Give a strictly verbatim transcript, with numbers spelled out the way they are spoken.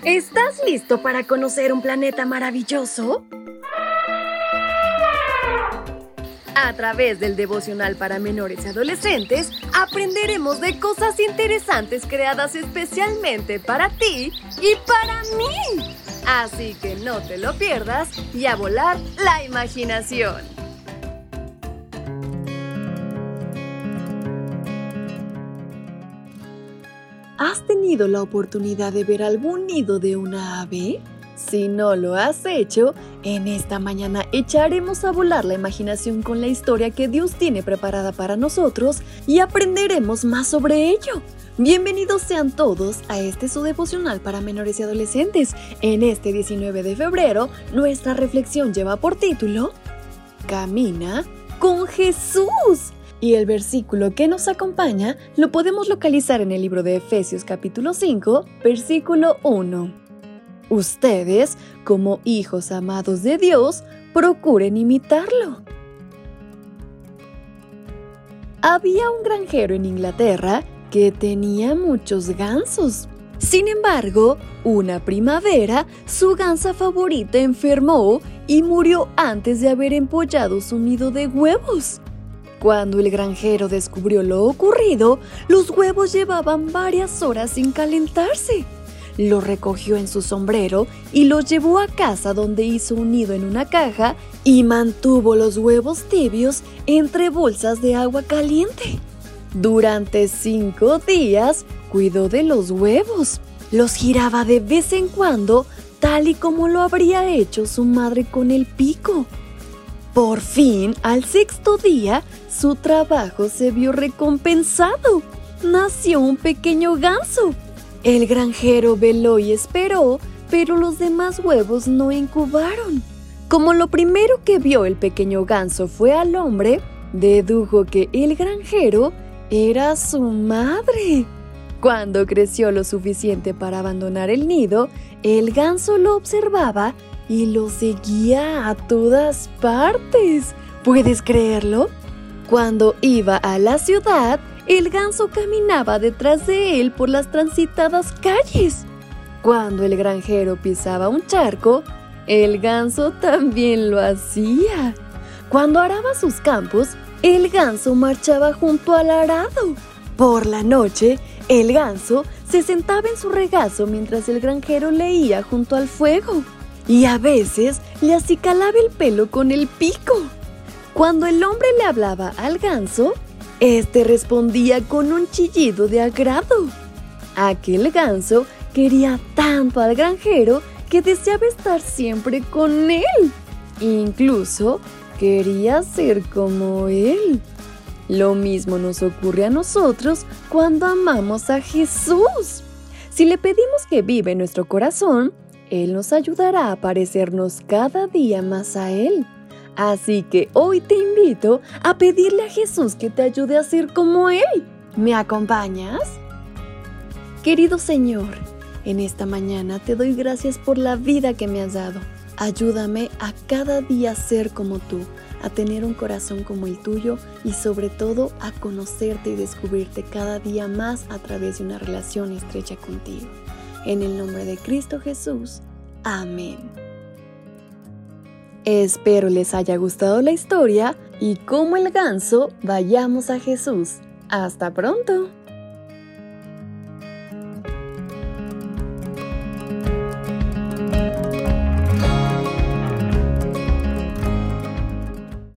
¿Estás listo para conocer un planeta maravilloso? A través del devocional para menores y adolescentes, aprenderemos de cosas interesantes creadas especialmente para ti y para mí. Así que no te lo pierdas y a volar la imaginación. ¿Has tenido la oportunidad de ver algún nido de una ave? Si no lo has hecho, en esta mañana echaremos a volar la imaginación con la historia que Dios tiene preparada para nosotros y aprenderemos más sobre ello. Bienvenidos sean todos a este su devocional para menores y adolescentes. En este diecinueve de febrero, nuestra reflexión lleva por título Camina con Jesús. Y el versículo que nos acompaña lo podemos localizar en el libro de Efesios capítulo cinco, versículo uno. Ustedes, como hijos amados de Dios, procuren imitarlo. Había un granjero en Inglaterra que tenía muchos gansos. Sin embargo, una primavera, su gansa favorita enfermó y murió antes de haber empollado su nido de huevos. Cuando el granjero descubrió lo ocurrido, los huevos llevaban varias horas sin calentarse. Lo recogió en su sombrero y los llevó a casa, donde hizo un nido en una caja y mantuvo los huevos tibios entre bolsas de agua caliente. Durante cinco días cuidó de los huevos. Los giraba de vez en cuando, tal y como lo habría hecho su madre con el pico. Por fin, al sexto día, su trabajo se vio recompensado. Nació un pequeño ganso. El granjero veló y esperó, pero los demás huevos no incubaron. Como lo primero que vio el pequeño ganso fue al hombre, dedujo que el granjero era su madre. Cuando creció lo suficiente para abandonar el nido, el ganso lo observaba y lo seguía a todas partes. ¿Puedes creerlo? Cuando iba a la ciudad, el ganso caminaba detrás de él por las transitadas calles. Cuando el granjero pisaba un charco, el ganso también lo hacía. Cuando araba sus campos, el ganso marchaba junto al arado. Por la noche, el ganso se sentaba en su regazo mientras el granjero leía junto al fuego. Y a veces le acicalaba el pelo con el pico. Cuando el hombre le hablaba al ganso, este respondía con un chillido de agrado. Aquel ganso quería tanto al granjero que deseaba estar siempre con él. Incluso quería ser como él. Lo mismo nos ocurre a nosotros cuando amamos a Jesús. Si le pedimos que viva en nuestro corazón, Él nos ayudará a parecernos cada día más a Él. Así que hoy te invito a pedirle a Jesús que te ayude a ser como Él. ¿Me acompañas? Querido Señor, en esta mañana te doy gracias por la vida que me has dado. Ayúdame a cada día ser como tú, a tener un corazón como el tuyo y sobre todo a conocerte y descubrirte cada día más a través de una relación estrecha contigo. En el nombre de Cristo Jesús. Amén. Espero les haya gustado la historia y como el ganso, vayamos a Jesús. ¡Hasta pronto!